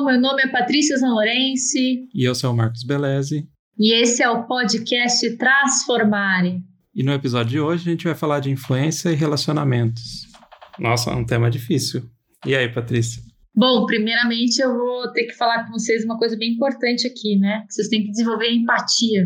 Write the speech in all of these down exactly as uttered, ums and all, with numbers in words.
pessoal, meu nome é Patrícia Zanlorense. E eu sou o Marcos Belezi. E esse é o podcast Transformare. E no episódio de hoje a gente vai falar de influência e relacionamentos. Nossa, é um tema difícil. E aí, Patrícia? Bom, primeiramente eu vou ter que falar com vocês uma coisa bem importante aqui, né? Vocês têm que desenvolver a empatia.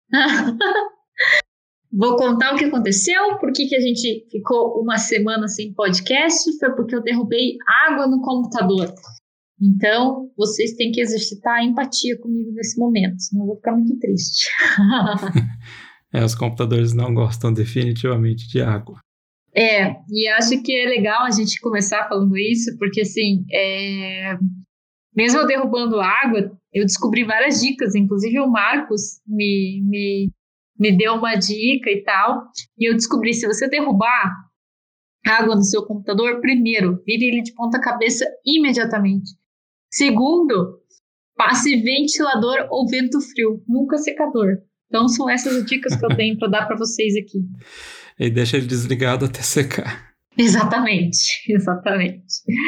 Vou contar o que aconteceu, por que que a gente ficou uma semana sem podcast, foi porque eu derrubei água no computador. Então, vocês têm que exercitar a empatia comigo nesse momento, senão eu vou ficar muito triste. É, os computadores não gostam definitivamente de água. É, e acho que é legal a gente começar falando isso, porque assim, é... mesmo eu derrubando água, eu descobri várias dicas, inclusive o Marcos me... me me deu uma dica e tal, e eu descobri, se você derrubar água no seu computador, primeiro, vire ele de ponta cabeça imediatamente. Segundo, passe ventilador ou vento frio, nunca secador. Então são essas as dicas que eu tenho para dar para vocês aqui. E deixa ele desligado até secar. Exatamente, exatamente.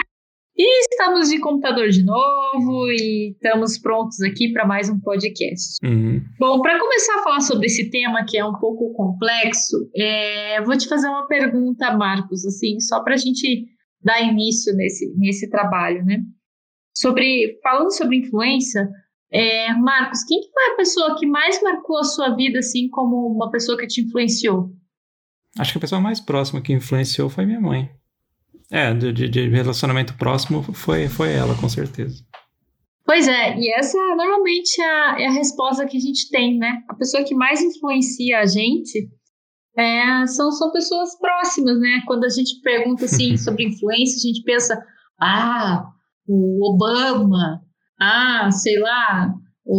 E estamos de computador de novo e estamos prontos aqui para mais um podcast. Uhum. Bom, para começar a falar sobre esse tema que é um pouco complexo, é, vou te fazer uma pergunta, Marcos, assim, só para a gente dar início nesse, nesse trabalho, né? Sobre, falando sobre influência, é, Marcos, quem que foi a pessoa que mais marcou a sua vida, assim, como uma pessoa que te influenciou? Acho que a pessoa mais próxima que influenciou foi minha mãe. É, de, de relacionamento próximo foi, foi ela, com certeza. Pois é, e essa normalmente é a, é a resposta que a gente tem, né? A pessoa que mais influencia a gente é, são, são pessoas próximas, né? Quando a gente pergunta, assim, sobre influência, a gente pensa, ah, o Obama, ah, sei lá,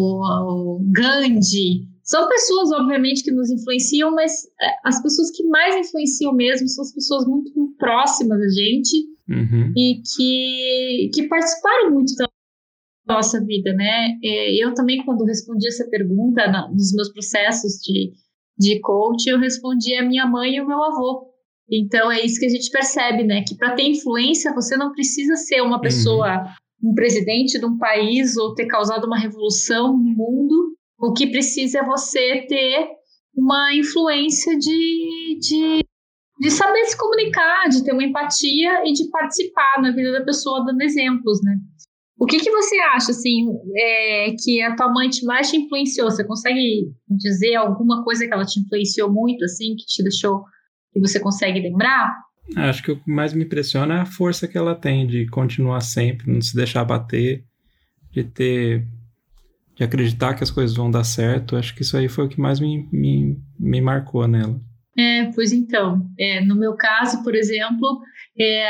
o, o Gandhi. São pessoas, obviamente, que nos influenciam, mas as pessoas que mais influenciam mesmo são as pessoas muito, muito próximas a gente, uhum. e que, que participaram muito da nossa vida, né? Eu também, quando respondi essa pergunta na, nos meus processos de, de coach, eu respondi a minha mãe e o meu avô. Então, é isso que a gente percebe, né? Que para ter influência, você não precisa ser uma pessoa, uhum. um presidente de um país ou ter causado uma revolução no mundo. O que precisa é você ter uma influência de, de, de saber se comunicar, de ter uma empatia e de participar na vida da pessoa dando exemplos, né? O que, que você acha, assim, é, que a tua mãe te mais te influenciou? Você consegue dizer alguma coisa que ela te influenciou muito, assim, que te deixou, que você consegue lembrar? Acho que o que mais me impressiona é a força que ela tem de continuar sempre, não se deixar bater, de ter... de acreditar que as coisas vão dar certo. Acho que isso aí foi o que mais me, me, me marcou nela. É, pois então, é, no meu caso, por exemplo, é,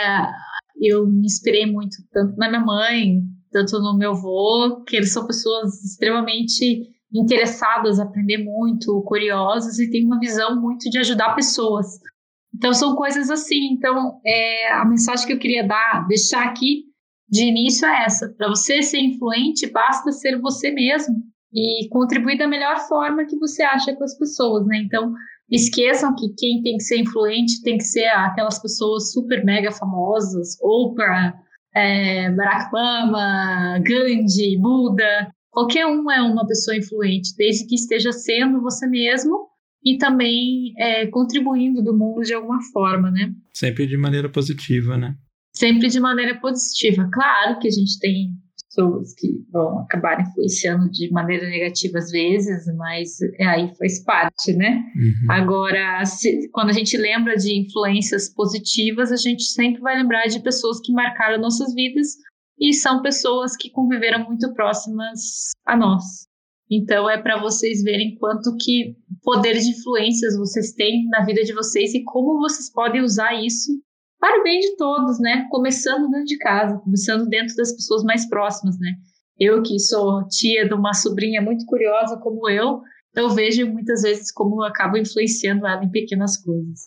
eu me inspirei muito tanto na minha mãe, tanto no meu avô, que eles são pessoas extremamente interessadas, a aprender muito, curiosas e têm uma visão muito de ajudar pessoas. Então são coisas assim. Então é, a mensagem que eu queria dar, deixar aqui de início é essa: para você ser influente, basta ser você mesmo e contribuir da melhor forma que você acha com as pessoas, né? Então, esqueçam que quem tem que ser influente tem que ser aquelas pessoas super mega famosas, Oprah, é, Barack Obama, Gandhi, Buda. Qualquer um é uma pessoa influente, desde que esteja sendo você mesmo e também é, contribuindo do mundo de alguma forma, né? Sempre de maneira positiva, né? Sempre de maneira positiva. Claro que a gente tem pessoas que vão acabar influenciando de maneira negativa às vezes, mas aí faz parte, né? Uhum. Agora, se, quando a gente lembra de influências positivas, a gente sempre vai lembrar de pessoas que marcaram nossas vidas e são pessoas que conviveram muito próximas a nós. Então, é para vocês verem quanto que poder de influências vocês têm na vida de vocês e como vocês podem usar isso para o bem de todos, né? Começando dentro de casa, começando dentro das pessoas mais próximas, né? Eu, que sou tia de uma sobrinha muito curiosa como eu, eu vejo muitas vezes como eu acabo influenciando ela em pequenas coisas.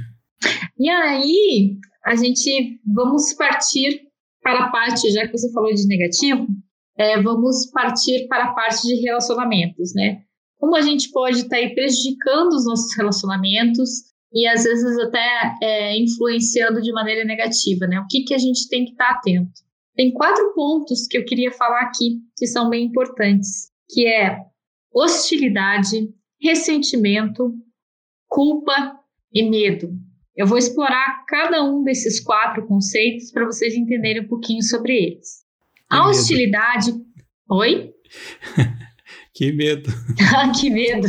E aí, a gente, vamos partir para a parte, já que você falou de negativo, é, vamos partir para a parte de relacionamentos, né? Como a gente pode estar aí prejudicando os nossos relacionamentos e às vezes até é, influenciando de maneira negativa, né? O que, que a gente tem que estar atento? tem quatro pontos que eu queria falar aqui, que são bem importantes, que é hostilidade, ressentimento, culpa e medo. Eu vou explorar cada um desses quatro conceitos para vocês entenderem um pouquinho sobre eles. Que A medo. hostilidade... Oi? Que medo. Que medo.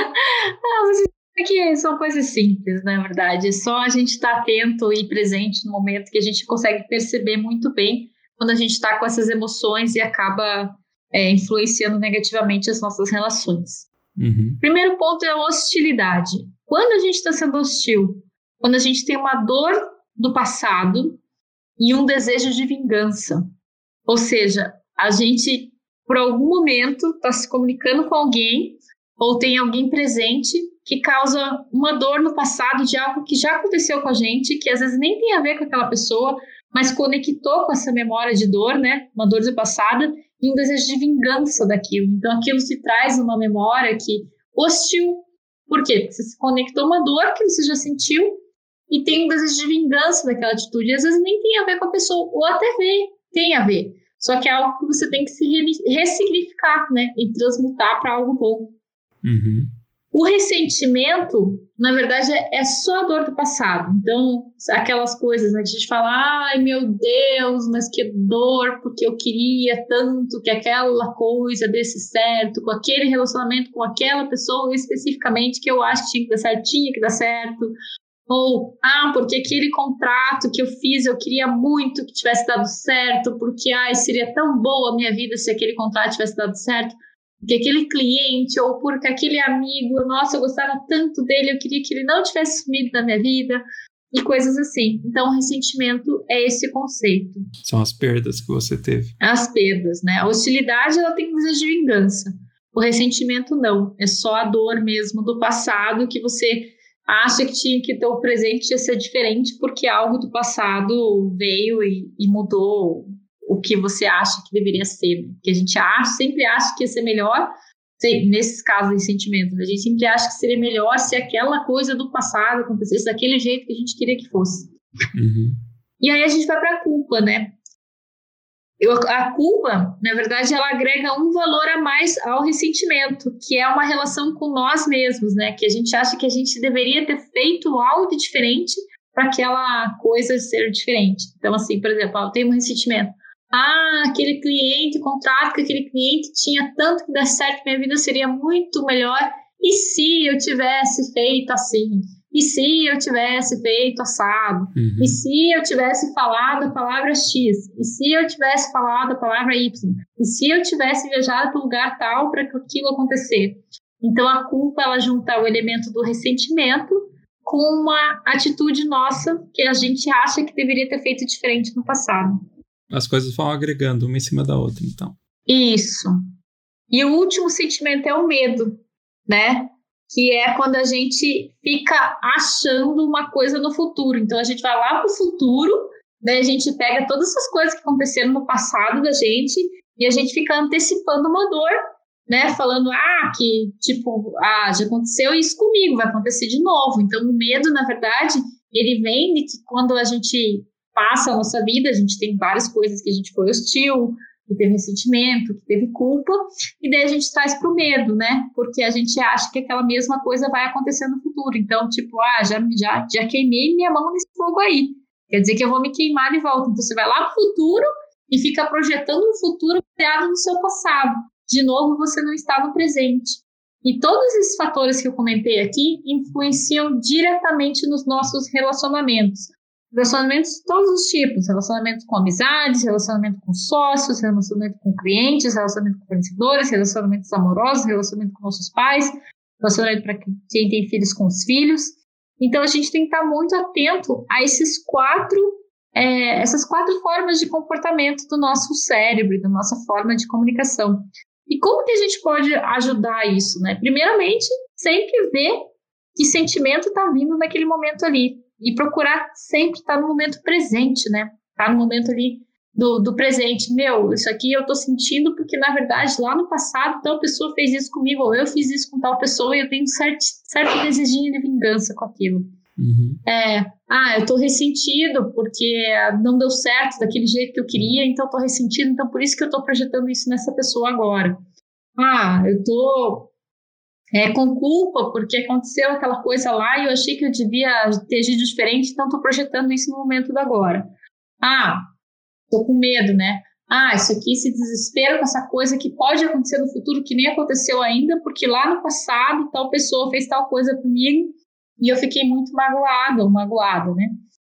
Ah, vocês sabem que são coisas simples, na verdade. É só a gente estar atento e presente no momento que a gente consegue perceber muito bem quando a gente está com essas emoções e acaba é, influenciando negativamente as nossas relações. Uhum. Primeiro ponto é a hostilidade. Quando a gente está sendo hostil, quando a gente tem uma dor do passado e um desejo de vingança. Ou seja, a gente, por algum momento, está se comunicando com alguém ou tem alguém presente que causa uma dor no passado de algo que já aconteceu com a gente, que às vezes nem tem a ver com aquela pessoa, mas conectou com essa memória de dor, né? Uma dor do passado e um desejo de vingança daquilo. Então, aquilo se traz uma memória que hostil. Por quê? Porque você se conectou a uma dor que você já sentiu e tem um desejo de vingança daquela atitude. E às vezes nem tem a ver com a pessoa, ou até vê, tem a ver. Só que é algo que você tem que se ressignificar, né? E transmutar para algo bom. Uhum. O ressentimento, na verdade, é só a dor do passado. Então, aquelas coisas, né, que a gente fala, ai, meu Deus, mas que dor, porque eu queria tanto que aquela coisa desse certo, com aquele relacionamento com aquela pessoa especificamente, que eu acho que tinha que dar certo, tinha que dar certo. Ou, ah, porque aquele contrato que eu fiz, eu queria muito que tivesse dado certo, porque, ai, seria tão boa a minha vida se aquele contrato tivesse dado certo. Porque aquele cliente, ou porque aquele amigo, nossa, eu gostava tanto dele, eu queria que ele não tivesse sumido da minha vida, e coisas assim. Então, o ressentimento é esse conceito. São as perdas que você teve. As perdas, né? A hostilidade, ela tem um desejo de vingança. O ressentimento, não. É só a dor mesmo do passado que você acha que tinha que ter o presente ia ser diferente porque algo do passado veio e, e mudou o que você acha que deveria ser. Porque a gente acha, sempre acha que ia ser melhor, nesses casos de sentimento, a gente sempre acha que seria melhor se aquela coisa do passado acontecesse daquele jeito que a gente queria que fosse. Uhum. E aí a gente vai para a culpa, né? Eu, a culpa, na verdade, ela agrega um valor a mais ao ressentimento, que é uma relação com nós mesmos, né? Que a gente acha que a gente deveria ter feito algo de diferente para aquela coisa ser diferente. Então, assim, por exemplo, eu tenho um ressentimento. Ah, aquele cliente, o contrato que aquele cliente tinha tanto que dar certo, minha vida seria muito melhor. E se eu tivesse feito assim? E se eu tivesse feito assado? Uhum. E se eu tivesse falado a palavra X? E se eu tivesse falado a palavra Y? E se eu tivesse viajado para um lugar tal para aquilo acontecer? Então, a culpa, ela junta o elemento do ressentimento com uma atitude nossa que a gente acha que deveria ter feito diferente no passado. As coisas vão agregando uma em cima da outra, então. Isso. E o último sentimento é o medo, né? Que é quando a gente fica achando uma coisa no futuro. Então, a gente vai lá para o futuro, né? A gente pega todas essas coisas que aconteceram no passado da gente e a gente fica antecipando uma dor, né? Falando, ah, que, tipo, ah, já aconteceu isso comigo, vai acontecer de novo. Então, o medo, na verdade, ele vem de que quando a gente passa a nossa vida, a gente tem várias coisas que a gente foi hostil, que teve ressentimento, que teve culpa, e daí a gente traz pro medo, né? Porque a gente acha que aquela mesma coisa vai acontecer no futuro. Então, tipo, ah, já, já, já queimei minha mão nesse fogo aí. Quer dizer que eu vou me queimar de volta. Então, você vai lá pro futuro e fica projetando um futuro criado no seu passado. De novo, você não está no presente. E todos esses fatores que eu comentei aqui influenciam diretamente nos nossos relacionamentos. Relacionamentos de todos os tipos, relacionamento com amizades, relacionamento com sócios, relacionamento com clientes, relacionamento com fornecedores, relacionamentos amorosos, relacionamento com nossos pais, relacionamento para quem tem filhos com os filhos. Então, a gente tem que estar muito atento a esses quatro, é, essas quatro formas de comportamento do nosso cérebro, da nossa forma de comunicação. E como que a gente pode ajudar isso, né? Primeiramente, sempre ver que sentimento está vindo naquele momento ali. E procurar sempre estar no momento presente, né? Estar no momento ali do, do presente. Meu, isso aqui eu tô sentindo porque, na verdade, lá no passado, tal pessoa fez isso comigo, ou eu fiz isso com tal pessoa e eu tenho um certo, certo desejinho de vingança com aquilo. Uhum. É, ah, eu tô ressentido porque não deu certo daquele jeito que eu queria, então eu tô ressentido, então por isso que eu tô projetando isso nessa pessoa agora. Ah, eu tô é, com culpa porque aconteceu aquela coisa lá e eu achei que eu devia ter agido diferente, então tô projetando isso no momento do agora. Ah, tô com medo, né? Ah, isso aqui, esse desespero com essa coisa que pode acontecer no futuro que nem aconteceu ainda, porque lá no passado tal pessoa fez tal coisa comigo e eu fiquei muito magoado ou magoada, né?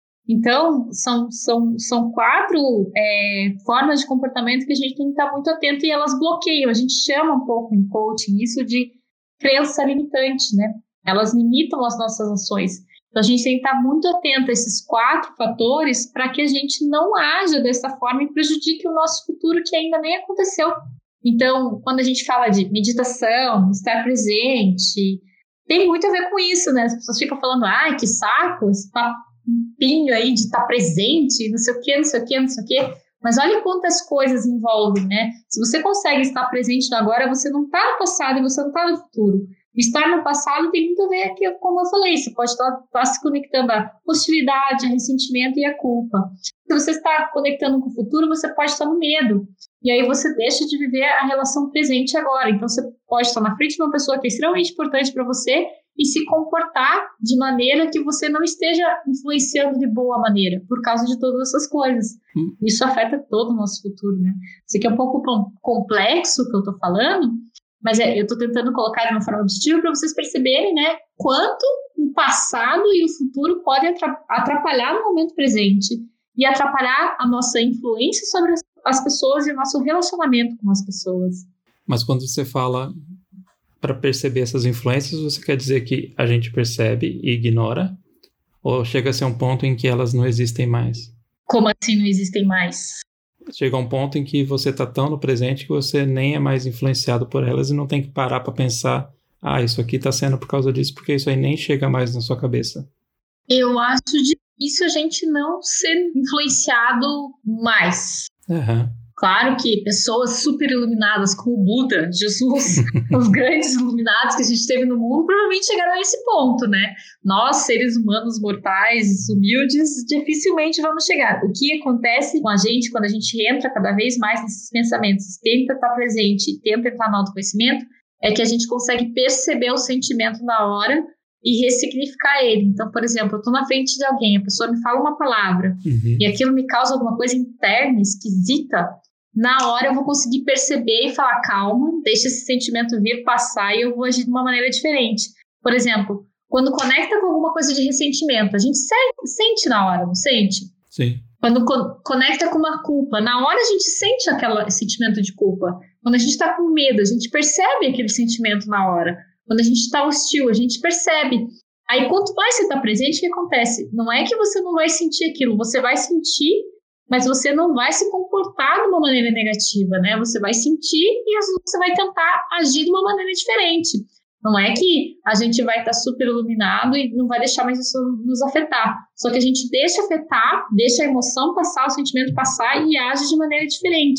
Então, são, são, são quatro é, formas de comportamento que a gente tem que estar muito atento e elas bloqueiam. A gente chama um pouco em coaching isso de crença limitante, né? Elas limitam as nossas ações. Então, a gente tem que estar muito atento a esses quatro fatores para que a gente não haja dessa forma e prejudique o nosso futuro que ainda nem aconteceu. Então, quando a gente fala de meditação, estar presente, tem muito a ver com isso, né? As pessoas ficam falando, ai, que saco, esse papinho aí de estar presente, não sei o quê, não sei o quê, não sei o quê. Mas olha quantas coisas envolvem, né? Se você consegue estar presente no agora, você não está no passado e você não está no futuro. Estar no passado tem muito a ver aqui, como eu falei, você pode estar, estar se conectando à hostilidade, ao ressentimento e à culpa. Se você está conectando com o futuro, você pode estar no medo. E aí você deixa de viver a relação presente agora. Então você pode estar na frente de uma pessoa que é extremamente importante para você e se comportar de maneira que você não esteja influenciando de boa maneira, por causa de todas essas coisas. Hum. Isso afeta todo o nosso futuro, né? Isso aqui é um pouco complexo o que eu estou falando, mas é, eu estou tentando colocar de uma forma objetiva para vocês perceberem, né, quanto o passado e o futuro podem atrapalhar no momento presente e atrapalhar a nossa influência sobre as, as pessoas e o nosso relacionamento com as pessoas. Mas quando você fala para perceber essas influências, você quer dizer que a gente percebe e ignora? Ou chega a ser um ponto em que elas não existem mais? Como assim não existem mais? Chega a um ponto em que você está tão no presente que você nem é mais influenciado por elas e não tem que parar para pensar, ah, isso aqui está sendo por causa disso, porque isso aí nem chega mais na sua cabeça. Eu acho difícil a gente não ser influenciado mais. Uhum. Claro que pessoas super iluminadas como Buda, Jesus, os grandes iluminados que a gente teve no mundo, provavelmente chegaram a esse ponto, né? Nós, seres humanos mortais, humildes, dificilmente vamos chegar. O que acontece com a gente quando a gente entra cada vez mais nesses pensamentos, tenta estar presente e tenta entrar no autoconhecimento, é que a gente consegue perceber o sentimento na hora e ressignificar ele. Então, por exemplo, eu estou na frente de alguém, a pessoa me fala uma palavra uhum. e aquilo me causa alguma coisa interna, esquisita, na hora eu vou conseguir perceber e falar, calma, deixa esse sentimento vir, passar e eu vou agir de uma maneira diferente. Por exemplo, quando conecta com alguma coisa de ressentimento, a gente sente na hora, não sente? Sim. Quando co- conecta com uma culpa, na hora a gente sente aquele sentimento de culpa. Quando a gente está com medo, a gente percebe aquele sentimento na hora. Quando a gente está hostil, a gente percebe. Aí quanto mais você está presente, o que acontece? Não é que você não vai sentir aquilo, você vai sentir, mas você não vai se comportar de uma maneira negativa, né? Você vai sentir e você vai tentar agir de uma maneira diferente. Não é que a gente vai estar super iluminado e não vai deixar mais isso nos afetar. Só que a gente deixa afetar, deixa a emoção passar, o sentimento passar e age de maneira diferente.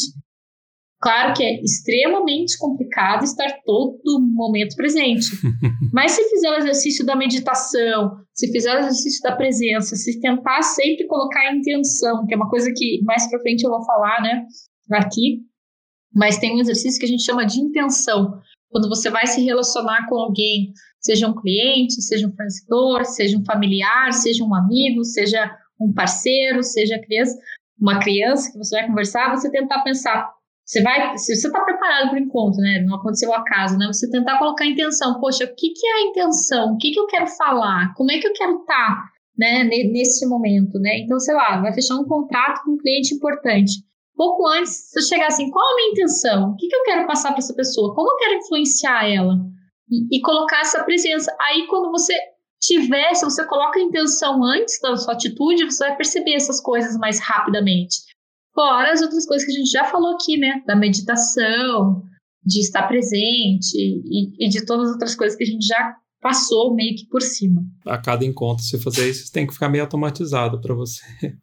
Claro que é extremamente complicado estar todo momento presente. Mas se fizer o exercício da meditação, se fizer o exercício da presença, se tentar sempre colocar a intenção, que é uma coisa que mais pra frente eu vou falar, né, aqui, mas tem um exercício que a gente chama de intenção. Quando você vai se relacionar com alguém, seja um cliente, seja um fornecedor, seja um familiar, seja um amigo, seja um parceiro, seja criança, uma criança que você vai conversar, você tentar pensar, Você vai, se você está preparado para o encontro, né? Não aconteceu ao acaso, né? Você tentar colocar a intenção. Poxa, o que, que é a intenção? O que, que eu quero falar? Como é que eu quero estar, né? Nesse momento, né? Então, sei lá, vai fechar um contrato com um cliente importante. Pouco antes, você chegar assim, qual a minha intenção? O que, que eu quero passar para essa pessoa? Como eu quero influenciar ela? E, e colocar essa presença. Aí, quando você tiver, se você coloca a intenção antes da sua atitude, você vai perceber essas coisas mais rapidamente. Fora as outras coisas que a gente já falou aqui, né? Da meditação, de estar presente e, e de todas as outras coisas que a gente já passou meio que por cima. A cada encontro, se fazer isso, tem que ficar meio automatizado para você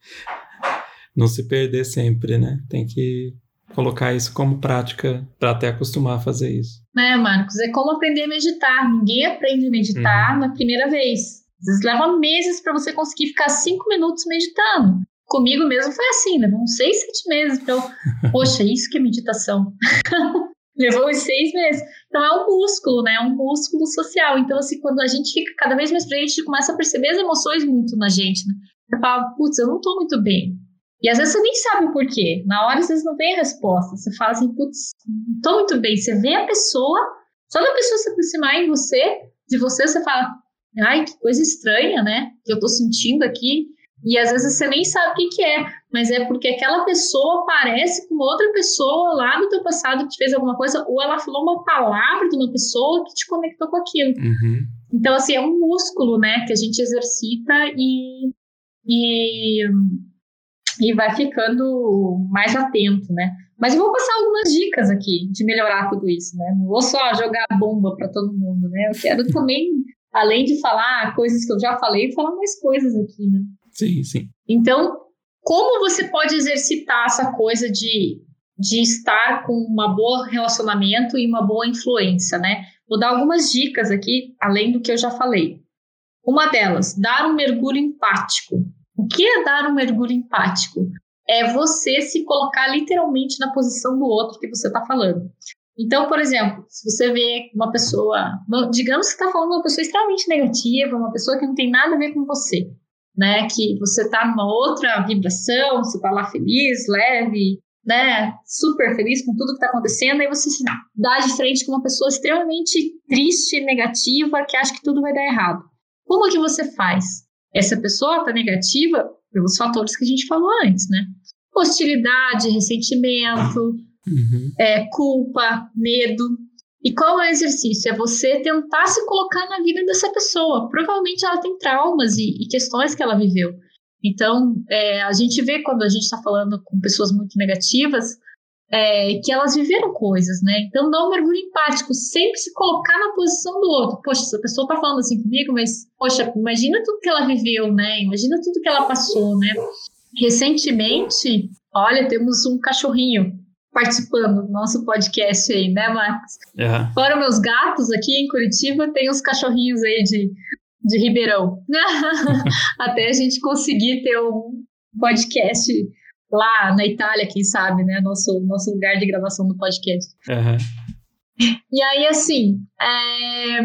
não se perder sempre, né? Tem que colocar isso como prática para até acostumar a fazer isso. Né, Marcos? É como aprender a meditar. Ninguém aprende a meditar uhum. na primeira vez. Às vezes leva meses para você conseguir ficar cinco minutos meditando. Comigo mesmo foi assim, levou uns seis, sete meses para eu... Poxa, isso que é meditação. Levou uns seis meses. Então é um músculo, né? É um músculo social. Então, assim, quando a gente fica cada vez mais presente, a gente começa a perceber as emoções muito na gente, né? Você fala, putz, eu não tô muito bem. E às vezes você nem sabe o porquê. Na hora, às vezes, não vem a resposta. Você fala assim, putz, não tô muito bem. Você vê a pessoa, só da pessoa se aproximar em você, de você, você fala, ai, que coisa estranha, né? Que eu tô sentindo aqui. E às vezes você nem sabe o que que é, mas é porque aquela pessoa parece com outra pessoa lá no teu passado que te fez alguma coisa, ou ela falou uma palavra de uma pessoa que te conectou com aquilo. Uhum. Então, assim, é um músculo, né, que a gente exercita e, e, e vai ficando mais atento, né? Mas eu vou passar algumas dicas aqui de melhorar tudo isso, né? Não vou só jogar bomba para todo mundo, né? Eu quero também, além de falar coisas que eu já falei, falar mais coisas aqui, né? Sim, sim. Então, como você pode exercitar essa coisa de, de estar com um bom relacionamento e uma boa influência, né? Vou dar algumas dicas aqui, além do que eu já falei. Uma delas, dar um mergulho empático. O que é dar um mergulho empático? É você se colocar literalmente na posição do outro que você está falando. Então, por exemplo, se você vê uma pessoa, digamos que você está falando de uma pessoa extremamente negativa, uma pessoa que não tem nada a ver com você, né, que você tá numa outra vibração, você tá lá feliz, leve, né, super feliz com tudo que tá acontecendo, aí você se dá de frente com uma pessoa extremamente triste, negativa, que acha que tudo vai dar errado. Como que você faz? Essa pessoa tá negativa pelos fatores que a gente falou antes, né? Hostilidade, ressentimento, uhum. é, culpa, medo. E qual é o exercício? É você tentar se colocar na vida dessa pessoa. Provavelmente ela tem traumas e, e questões que ela viveu. Então, é, a gente vê quando a gente está falando com pessoas muito negativas, é, que elas viveram coisas, né? Então, dá um mergulho empático, sempre se colocar na posição do outro. Poxa, essa pessoa está falando assim comigo, mas, poxa, imagina tudo que ela viveu, né? Imagina tudo que ela passou, né? Recentemente, olha, temos um cachorrinho participando do nosso podcast aí, né, Marcos? Uhum. Fora meus gatos aqui em Curitiba, tem os cachorrinhos aí de, de Ribeirão. Até a gente conseguir ter um podcast lá na Itália, quem sabe, né? Nosso, nosso lugar de gravação do podcast. Uhum. E aí, assim, é,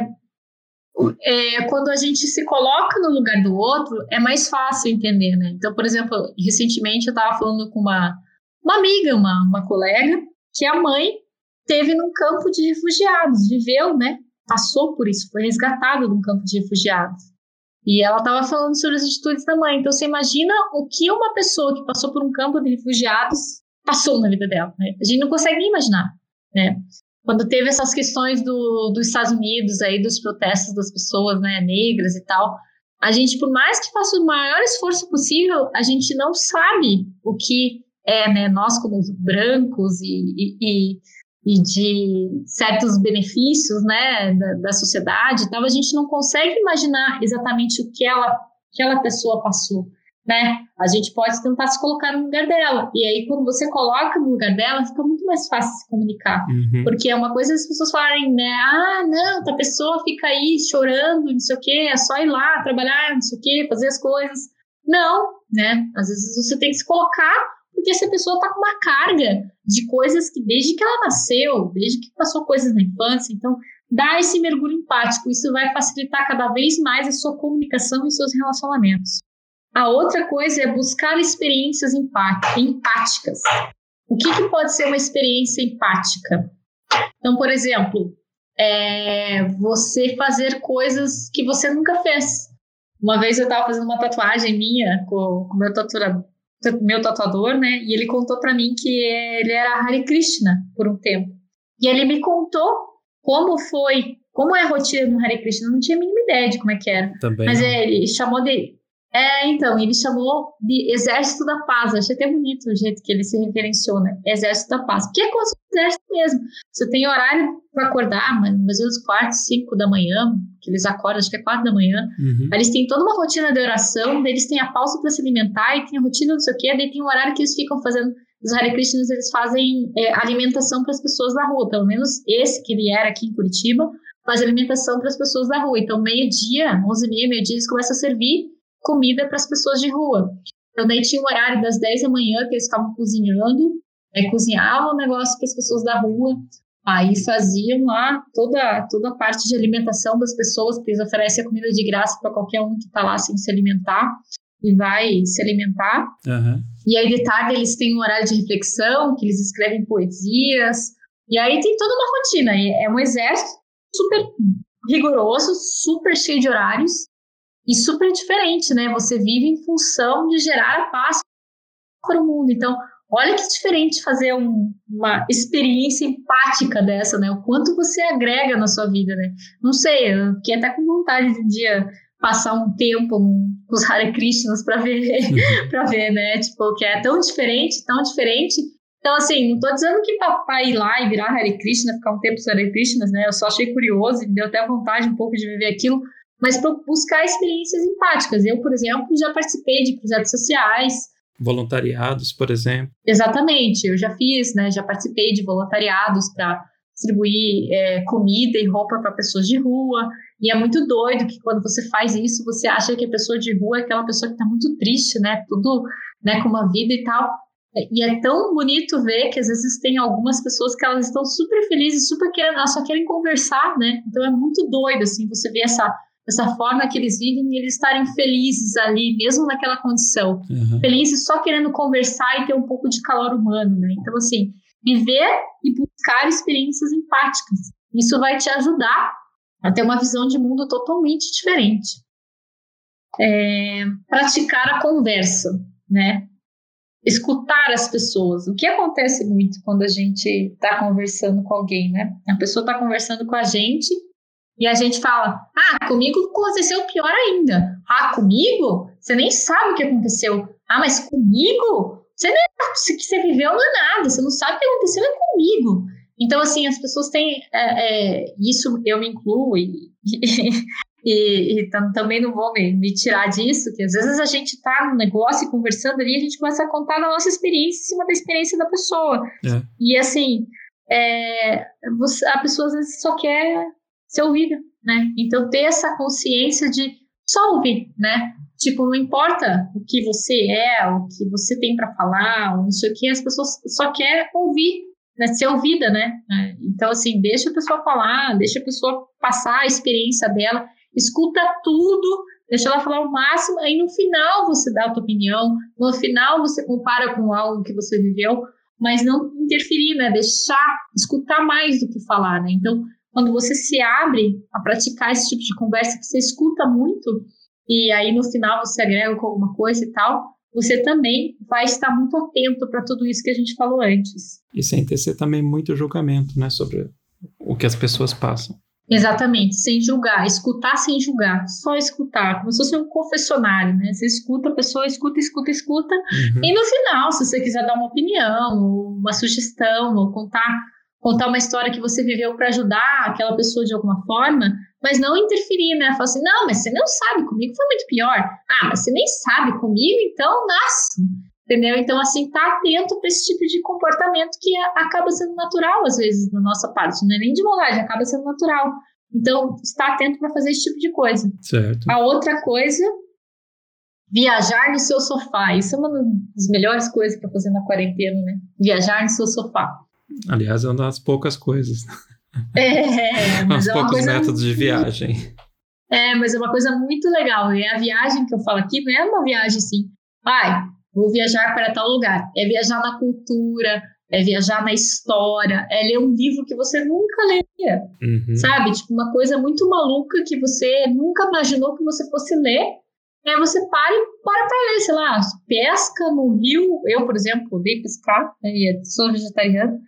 é, quando a gente se coloca no lugar do outro, é mais fácil entender, né? Então, por exemplo, recentemente eu estava falando com uma Uma amiga, uma, uma colega, que a mãe teve num campo de refugiados, viveu, né? Passou por isso, foi resgatada num campo de refugiados. E ela estava falando sobre as atitudes da mãe. Então, você imagina o que uma pessoa que passou por um campo de refugiados passou na vida dela, né? A gente não consegue nem imaginar, né? Quando teve essas questões do, dos Estados Unidos, aí, dos protestos das pessoas, né, negras e tal, a gente, por mais que faça o maior esforço possível, a gente não sabe o que é, né, nós como brancos e, e, e de certos benefícios, né, da, da sociedade e tal, a gente não consegue imaginar exatamente o que ela, aquela pessoa passou, né? A gente pode tentar se colocar no lugar dela, e aí quando você coloca no lugar dela, fica muito mais fácil se comunicar, uhum. porque é uma coisa as pessoas falarem, né, ah, não, a pessoa fica aí chorando, não sei o quê, é só ir lá trabalhar, não sei o quê, fazer as coisas. Não, né? Às vezes você tem que se colocar porque essa pessoa está com uma carga de coisas que desde que ela nasceu, desde que passou coisas na infância, então dá esse mergulho empático, isso vai facilitar cada vez mais a sua comunicação e seus relacionamentos. A outra coisa é buscar experiências empáticas. O que, que pode ser uma experiência empática? Então, por exemplo, é você fazer coisas que você nunca fez. Uma vez eu estava fazendo uma tatuagem minha com o meu tatuador, meu tatuador, né? E ele contou para mim que ele era Hare Krishna por um tempo. E ele me contou como foi, como é a rotina no Hare Krishna. Eu não tinha a mínima ideia de como é que era. Também Mas não. É, ele chamou de... É, então, ele chamou de Exército da Paz. Eu achei até bonito o jeito que ele se referenciou, né? Exército da Paz. Porque é como se fosse um exército mesmo. Você tem horário para acordar, mais ou menos quatro, cinco da manhã, que eles acordam, acho que é quatro da manhã. Uhum. Eles têm toda uma rotina de oração, daí eles têm a pausa para se alimentar, e tem a rotina não sei o quê, daí tem um horário que eles ficam fazendo, os Hare Krishnas, eles fazem é, alimentação para as pessoas na rua, pelo menos esse que ele era aqui em Curitiba, faz alimentação para as pessoas da rua. Então, meio-dia, onze e meia, meio-dia, eles começam a servir comida para as pessoas de rua. Então, daí tinha um horário das dez da manhã que eles ficavam cozinhando, né, cozinhavam o negócio para as pessoas da rua, aí faziam lá toda, toda a parte de alimentação das pessoas, porque eles oferecem a comida de graça para qualquer um que está lá sem se alimentar e vai se alimentar. Uhum. E aí, de tarde, eles têm um horário de reflexão, que eles escrevem poesias, e aí tem toda uma rotina. É um exército super rigoroso, super cheio de horários, e super diferente, né? Você vive em função de gerar a paz para o mundo. Então, olha que diferente fazer um, uma experiência empática dessa, né? O quanto você agrega na sua vida, né? Não sei, eu fiquei até com vontade de um dia passar um tempo com os Hare Krishnas para ver, para ver, né? Tipo, que é tão diferente, tão diferente. Então, assim, não tô dizendo que para ir lá e virar Hare Krishna, ficar um tempo com os Hare Krishnas, né? Eu só achei curioso e me deu até vontade um pouco de viver aquilo, mas para buscar experiências empáticas. Eu, por exemplo, já participei de projetos sociais. Voluntariados, por exemplo. Exatamente, eu já fiz, né? Já participei de voluntariados para distribuir é, comida e roupa para pessoas de rua. E é muito doido que quando você faz isso, você acha que a pessoa de rua é aquela pessoa que está muito triste, né? Tudo, né, com uma vida e tal. E é tão bonito ver que às vezes tem algumas pessoas que elas estão super felizes, super querendo, elas só querem conversar, né? Então é muito doido, assim, você ver essa, essa forma que eles vivem e eles estarem felizes ali, mesmo naquela condição. Uhum. Felizes só querendo conversar e ter um pouco de calor humano, né? Então, assim, viver e buscar experiências empáticas. Isso vai te ajudar a ter uma visão de mundo totalmente diferente. É, praticar a conversa, né? Escutar as pessoas. O que acontece muito quando a gente está conversando com alguém, né? A pessoa está conversando com a gente e a gente fala, ah, comigo aconteceu pior ainda. Ah, comigo? Você nem sabe o que aconteceu. Ah, mas comigo? Você nem o que você viveu não é nada. Você não sabe o que aconteceu, é comigo. Então, assim, as pessoas têm... É, é, isso eu me incluo e... E, e também não vou me, me tirar disso, que às vezes a gente está no negócio e conversando ali, a gente começa a contar a nossa experiência em cima da experiência da pessoa. É. E assim, é, você, a pessoa às vezes só quer ser ouvida, né? Então ter essa consciência de só ouvir, né? Tipo, não importa o que você é, o que você tem para falar, ou não sei o que, as pessoas só querem ouvir, né? Ser ouvida, né? Então assim, deixa a pessoa falar, deixa a pessoa passar a experiência dela, escuta tudo, deixa ela falar o máximo, aí no final você dá a tua opinião, no final você compara com algo que você viveu, mas não interferir, né? Deixar, escutar mais do que falar, né? Então, quando você se abre a praticar esse tipo de conversa, que você escuta muito, e aí no final você agrega com alguma coisa e tal, você também vai estar muito atento para tudo isso que a gente falou antes. E sem tecer também muito julgamento, né? Sobre o que as pessoas passam. Exatamente, sem julgar, escutar sem julgar, só escutar, como se fosse um confessionário, né? Você escuta a pessoa, escuta, escuta, escuta, uhum. E no final, se você quiser dar uma opinião, uma sugestão, ou contar, contar uma história que você viveu para ajudar aquela pessoa de alguma forma, mas não interferir, né? Falar assim, não, mas você não sabe, comigo foi muito pior. Ah, mas você nem sabe comigo, então, nossa... Entendeu? Então, assim, tá atento para esse tipo de comportamento que acaba sendo natural, às vezes, da nossa parte. Não é nem de maldade, acaba sendo natural. Então, está atento para fazer esse tipo de coisa. Certo. A outra coisa, viajar no seu sofá. Isso é uma das melhores coisas para fazer na quarentena, né? Viajar no seu sofá. Aliás, é uma das poucas coisas. É, mas Uns é poucos coisa métodos muito... de viagem. É, mas é uma coisa muito legal. E a viagem que eu falo aqui não é uma viagem assim, ai... Vou viajar para tal lugar. É viajar na cultura, é viajar na história, é ler um livro que você nunca leria, uhum. Sabe? Tipo, uma coisa muito maluca que você nunca imaginou que você fosse ler. Aí você para e para para ler, sei lá, pesca no rio. Eu, por exemplo, odeio pescar, né? E sou vegetariana.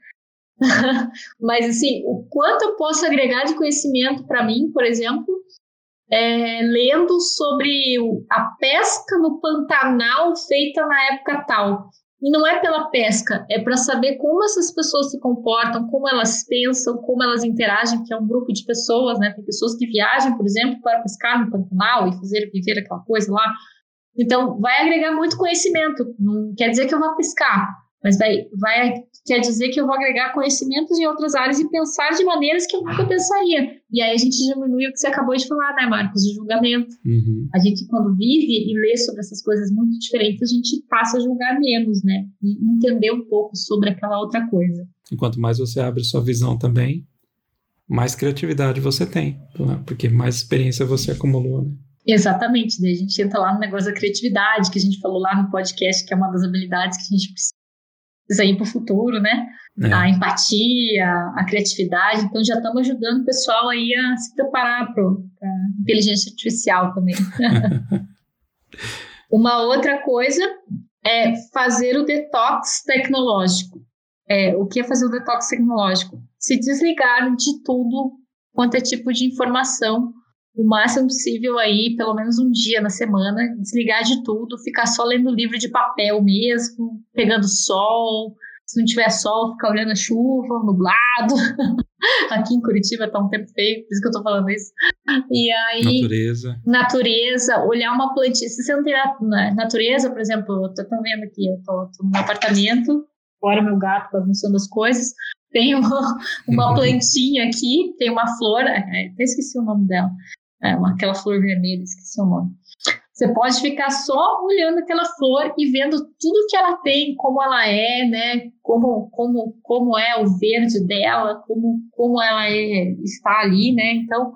Mas, assim, o quanto eu posso agregar de conhecimento para mim, por exemplo... É, lendo sobre a pesca no Pantanal feita na época tal. E não é pela pesca, é para saber como essas pessoas se comportam, como elas pensam, como elas interagem, que é um grupo de pessoas, né? Tem pessoas que viajam, por exemplo, para pescar no Pantanal e fazer, viver aquela coisa lá. Então, vai agregar muito conhecimento. Não quer dizer que eu vá pescar, mas vai, vai, quer dizer que eu vou agregar conhecimentos em outras áreas e pensar de maneiras que eu nunca pensaria. E aí a gente diminui o que você acabou de falar, né, Marcos? O julgamento. Uhum. A gente, quando vive e lê sobre essas coisas muito diferentes, a gente passa a julgar menos, né? E entender um pouco sobre aquela outra coisa. E quanto mais você abre sua visão também, mais criatividade você tem, porque mais experiência você acumulou, né? Exatamente, daí a gente entra lá no negócio da criatividade, que a gente falou lá no podcast, que é uma das habilidades que a gente precisa ir para o futuro, né? É. A empatia, a criatividade, então já estamos ajudando o pessoal aí a se preparar para a inteligência artificial também. Uma outra coisa é fazer o detox tecnológico. É, o que é fazer o detox tecnológico? Se desligar de tudo quanto é tipo de informação, o máximo possível aí, pelo menos um dia na semana, desligar de tudo, ficar só lendo livro de papel mesmo, pegando sol, se não tiver sol, ficar olhando a chuva, nublado. Aqui em Curitiba tá um tempo feio, por isso que eu tô falando isso. E aí... Natureza. Natureza, olhar uma plantinha. Se você não tem natureza, por exemplo, eu tô tão vendo aqui, eu tô, tô no meu apartamento, fora meu gato bagunçando as coisas, tem uma, uma plantinha aqui, tem uma flor, até esqueci o nome dela, é uma, aquela flor vermelha, esqueci o nome. Você pode ficar só olhando aquela flor e vendo tudo que ela tem, como ela é, né? Como, como, como é o verde dela, como, como ela é, está ali, né? Então,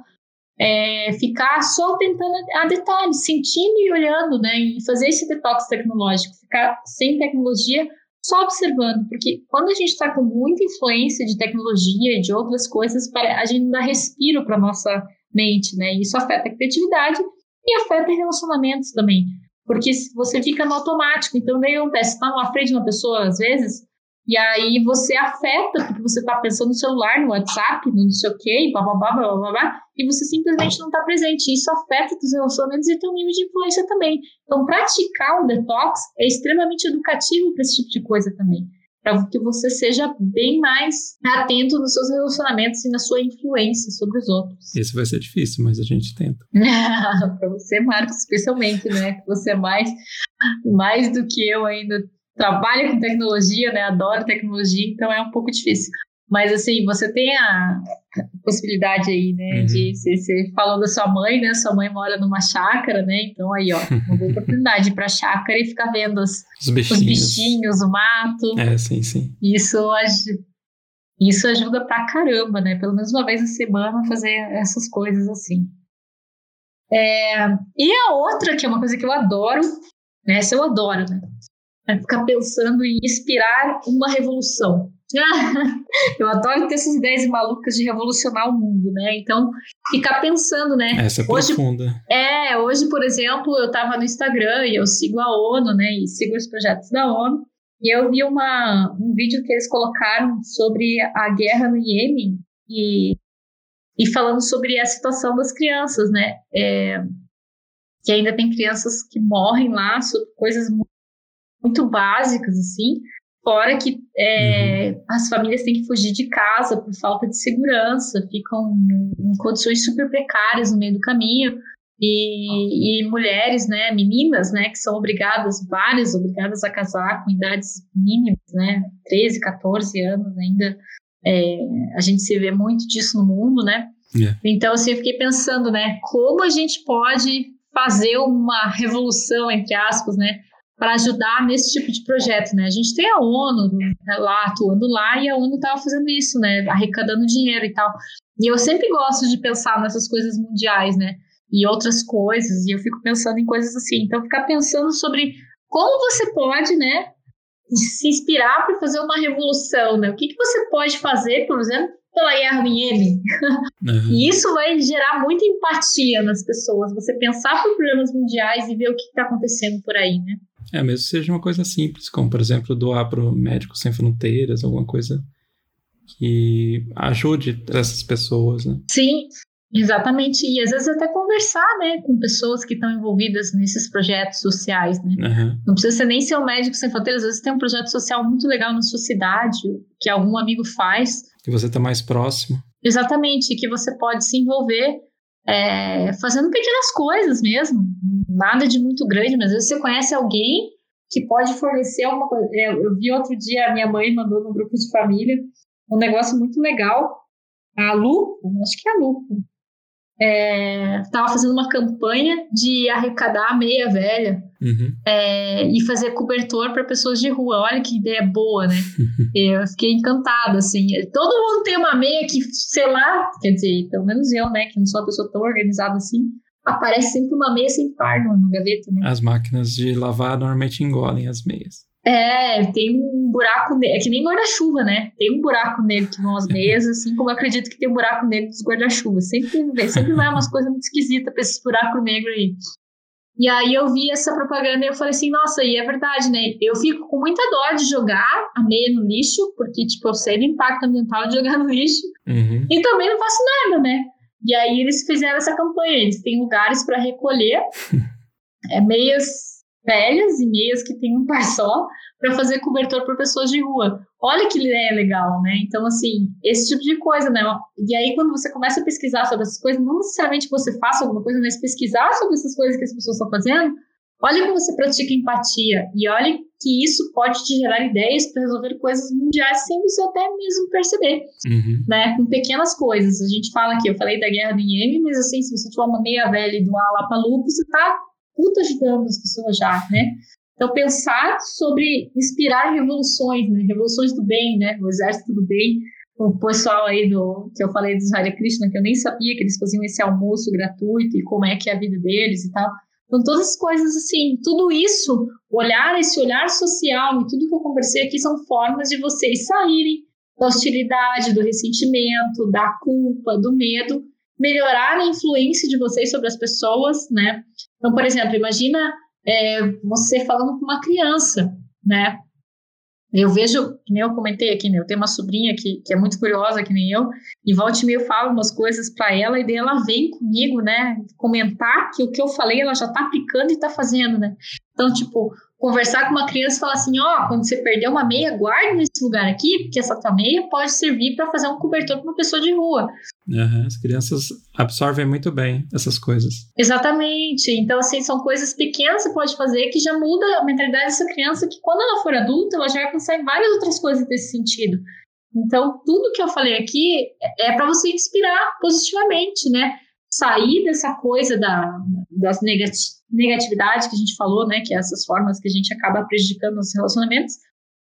é, ficar só tentando a detalhes, sentindo e olhando, né? E fazer esse detox tecnológico, ficar sem tecnologia, só observando, porque quando a gente está com muita influência de tecnologia e de outras coisas, a gente não dá respiro para a nossa mente, né? E isso afeta a criatividade e afeta relacionamentos também, porque você fica no automático. Então, daí acontece, você está na frente de uma pessoa, às vezes, e aí você afeta, porque você está pensando no celular, no WhatsApp, no não sei o quê, blá, blá, blá, blá, blá, blá, e você simplesmente não está presente. Isso afeta os relacionamentos e tem um nível de influência também. Então, praticar o detox é extremamente educativo para esse tipo de coisa também, para que você seja bem mais atento nos seus relacionamentos e na sua influência sobre os outros. Esse vai ser difícil, mas a gente tenta. Para você, Marcos, especialmente, né? Você é mais, mais do que eu ainda. Trabalho com tecnologia, né? Adoro tecnologia, então é um pouco difícil. Mas, assim, você tem a possibilidade aí, né? Uhum. De você, você falou da sua mãe, né? Sua mãe mora numa chácara, né? Então, aí, ó, uma boa oportunidade de ir pra chácara e ficar vendo os, os, bichinhos. os bichinhos, o mato. É, sim, sim. Isso, isso ajuda pra caramba, né? Pelo menos uma vez na semana fazer essas coisas assim. É, e a outra, que é uma coisa que eu adoro, né? Essa eu adoro, né? É ficar pensando em inspirar uma revolução. Eu adoro ter essas ideias malucas de revolucionar o mundo, né? Então, ficar pensando, né? Essa é hoje, profunda. É, hoje, por exemplo, eu estava no Instagram e eu sigo a ONU, né? E sigo os projetos da ONU. E eu vi uma, um vídeo que eles colocaram sobre a guerra no Iêmen e, e falando sobre a situação das crianças, né? É, que ainda tem crianças que morrem lá sobre coisas muito muito básicas, assim, fora que é, uhum. as famílias têm que fugir de casa por falta de segurança, ficam em condições super precárias no meio do caminho, e, e mulheres, né, meninas, né, que são obrigadas, várias obrigadas a casar com idades mínimas, né, treze, catorze anos ainda, é, a gente se vê muito disso no mundo, né, yeah. Então, assim, eu fiquei pensando, né, como a gente pode fazer uma revolução, entre aspas, né, para ajudar nesse tipo de projeto, né? A gente tem a ONU lá, atuando lá, e a ONU estava fazendo isso, né? Arrecadando dinheiro e tal. E eu sempre gosto de pensar nessas coisas mundiais, né? E outras coisas, e eu fico pensando em coisas assim. Então, ficar pensando sobre como você pode, né, se inspirar para fazer uma revolução, né? O que, que você pode fazer, por exemplo, pela guerra no Iêmen? Uhum. E isso vai gerar muita empatia nas pessoas. Você pensar por problemas mundiais e ver o que está acontecendo por aí, né? É, mesmo que seja uma coisa simples, como, por exemplo, doar para o Médicos Sem Fronteiras, alguma coisa que ajude essas pessoas, né? Sim, exatamente. E às vezes até conversar, né, com pessoas que estão envolvidas nesses projetos sociais, né? Uhum. Não precisa ser nem ser um Médico Sem Fronteiras, às vezes tem um projeto social muito legal na sua cidade, que algum amigo faz. Que você está mais próximo. Exatamente, que você pode se envolver é, fazendo pequenas coisas mesmo, nada de muito grande, mas às vezes você conhece alguém que pode fornecer alguma coisa. Eu vi outro dia, a minha mãe mandou no grupo de família um negócio muito legal. A Lupo, acho que é a Lupo, estava é, fazendo uma campanha de arrecadar meia velha uhum. é, e fazer cobertor para pessoas de rua. Olha que ideia boa, né? Eu fiquei encantada, assim. Todo mundo tem uma meia que, sei lá, quer dizer, pelo menos eu, né, que não sou uma pessoa tão organizada assim, aparece sempre uma meia sem par na gaveta, né? As máquinas de lavar normalmente engolem as meias. É, tem um buraco nele, é que nem guarda-chuva, né? Tem um buraco nele que vão as meias, assim como eu acredito que tem um buraco nele dos guarda-chuvas. Sempre, sempre vai umas coisas muito esquisitas pra esses buracos negros aí. E aí eu vi essa propaganda e eu falei assim, nossa, e é verdade, né? Eu fico com muita dó de jogar a meia no lixo, porque, tipo, eu sei do impacto ambiental de jogar no lixo, uhum. e também não faço nada, né? E aí eles fizeram essa campanha, eles têm lugares para recolher é, meias velhas e meias que tem um par só para fazer cobertor para pessoas de rua. Olha que ideia legal, né? Então, assim, esse tipo de coisa, né? E aí, quando você começa a pesquisar sobre essas coisas, não necessariamente você faça alguma coisa, mas pesquisar sobre essas coisas que as pessoas estão fazendo, olha como você pratica empatia e olha que isso pode te gerar ideias para resolver coisas mundiais sem você até mesmo perceber, uhum. né? Com pequenas coisas. A gente fala aqui, eu falei da guerra do Iêmen, mas assim, se você tiver uma meia velha e doar lá para Lupo, você tá puta ajudando as pessoas já, né? Então, pensar sobre inspirar revoluções, né? Revoluções do bem, né? O exército do bem. O pessoal aí do, que eu falei dos Hare Krishna, que eu nem sabia que eles faziam esse almoço gratuito e como é que é a vida deles e tal. Então, todas as coisas assim, tudo isso, olhar esse olhar social e tudo que eu conversei aqui são formas de vocês saírem da hostilidade, do ressentimento, da culpa, do medo, melhorar a influência de vocês sobre as pessoas, né? Então, por exemplo, imagina é, você falando com uma criança, né? Eu vejo, que nem eu comentei aqui, né? Eu tenho uma sobrinha que, que é muito curiosa, que nem eu, e volta e meia eu falo umas coisas para ela, e daí ela vem comigo, né? Comentar que o que eu falei ela já tá aplicando e tá fazendo, né? Então, tipo, conversar com uma criança e falar assim, ó, oh, quando você perder uma meia, guarde nesse lugar aqui, porque essa tua meia pode servir para fazer um cobertor para uma pessoa de rua. Uhum, as crianças absorvem muito bem essas coisas. Exatamente. Então, assim, são coisas pequenas que você pode fazer que já muda a mentalidade dessa criança, que quando ela for adulta, ela já vai pensar em várias outras coisas desse sentido. Então, tudo que eu falei aqui é para você inspirar positivamente, né? Sair dessa coisa da, das negatividades que a gente falou, né? Que é essas formas que a gente acaba prejudicando os relacionamentos,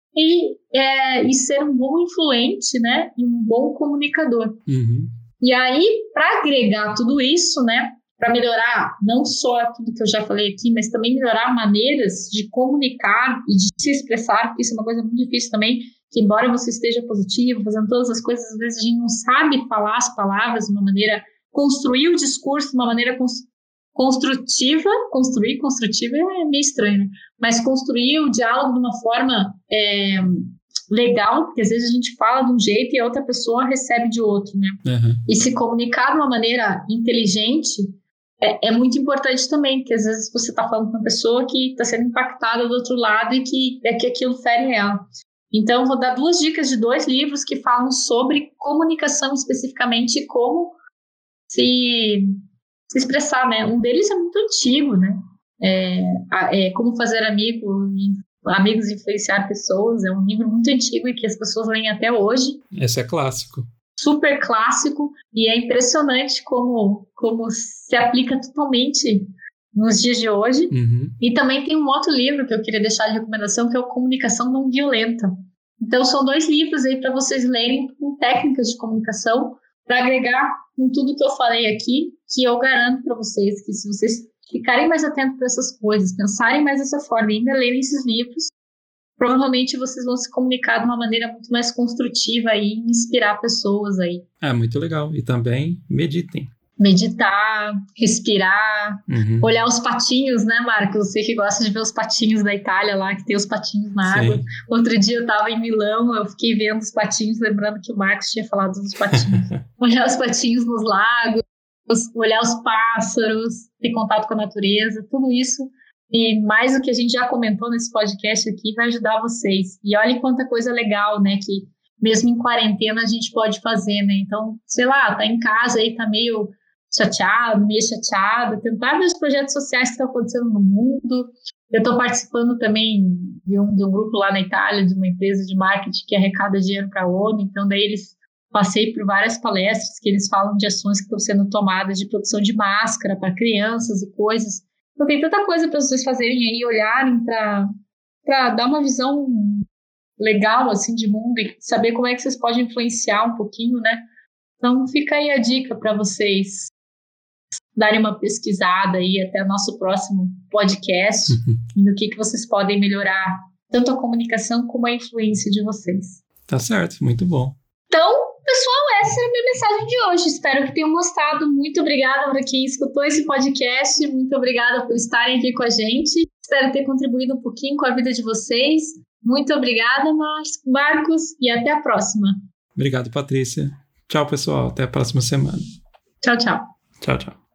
e, é, e ser um bom influente, né? E um bom comunicador. Uhum. E aí, para agregar tudo isso, né, para melhorar não só tudo que eu já falei aqui, mas também melhorar maneiras de comunicar e de se expressar, porque isso é uma coisa muito difícil também, que embora você esteja positivo, fazendo todas as coisas, às vezes a gente não sabe falar as palavras de uma maneira, construir o discurso de uma maneira construtiva, construir construtiva é meio estranho, né? Mas construir o diálogo de uma forma... É, legal, porque às vezes a gente fala de um jeito e a outra pessoa recebe de outro, né? Uhum. E se comunicar de uma maneira inteligente é, é muito importante também, porque às vezes você está falando com uma pessoa que está sendo impactada do outro lado e que, é que aquilo fere ela. Então, vou dar duas dicas de dois livros que falam sobre comunicação especificamente e como se, se expressar, né? Um deles é muito antigo, né? É, é Como Fazer Amigo e Amigos Influenciar Pessoas, é um livro muito antigo e que as pessoas leem até hoje. Esse é clássico. Super clássico, e é impressionante como, como se aplica totalmente nos dias de hoje. Uhum. E também tem um outro livro que eu queria deixar de recomendação, que é o Comunicação Não Violenta. Então, são dois livros aí para vocês lerem com técnicas de comunicação, para agregar com tudo que eu falei aqui, que eu garanto para vocês que se vocês ficarem mais atentos para essas coisas, pensarem mais dessa forma e ainda lerem esses livros, provavelmente vocês vão se comunicar de uma maneira muito mais construtiva e inspirar pessoas aí. É, muito legal. E também meditem. Meditar, respirar, uhum. olhar os patinhos, né, Marcos? Você que gosta de ver os patinhos da Itália lá, que tem os patinhos na Sim. água. Outro dia eu tava em Milão, eu fiquei vendo os patinhos, lembrando que o Marcos tinha falado dos patinhos. Olhar os patinhos nos lagos, olhar os pássaros, ter contato com a natureza, tudo isso. E mais do que a gente já comentou nesse podcast aqui, vai ajudar vocês. E olha quanta coisa legal, né, que mesmo em quarentena a gente pode fazer, né? Então, sei lá, tá em casa aí, tá meio chateado, meio chateada, tentar ver os projetos sociais que estão acontecendo no mundo. Eu estou participando também de um, de um grupo lá na Itália, de uma empresa de marketing que arrecada dinheiro para a ONU, então daí eles passei por várias palestras que eles falam de ações que estão sendo tomadas de produção de máscara para crianças e coisas. Então tem tanta coisa para vocês fazerem aí, olharem para dar uma visão legal assim de mundo e saber como é que vocês podem influenciar um pouquinho, né? Então fica aí a dica para vocês darem uma pesquisada aí até o nosso próximo podcast uhum. no que, que vocês podem melhorar tanto a comunicação como a influência de vocês. Tá certo, muito bom. Então, pessoal, essa é a minha mensagem de hoje. Espero que tenham gostado. Muito obrigada para quem escutou esse podcast. Muito obrigada por estarem aqui com a gente. Espero ter contribuído um pouquinho com a vida de vocês. Muito obrigada, Marcos, e até a próxima. Obrigado, Patrícia. Tchau, pessoal. Até a próxima semana. Tchau, tchau. Tchau, tchau.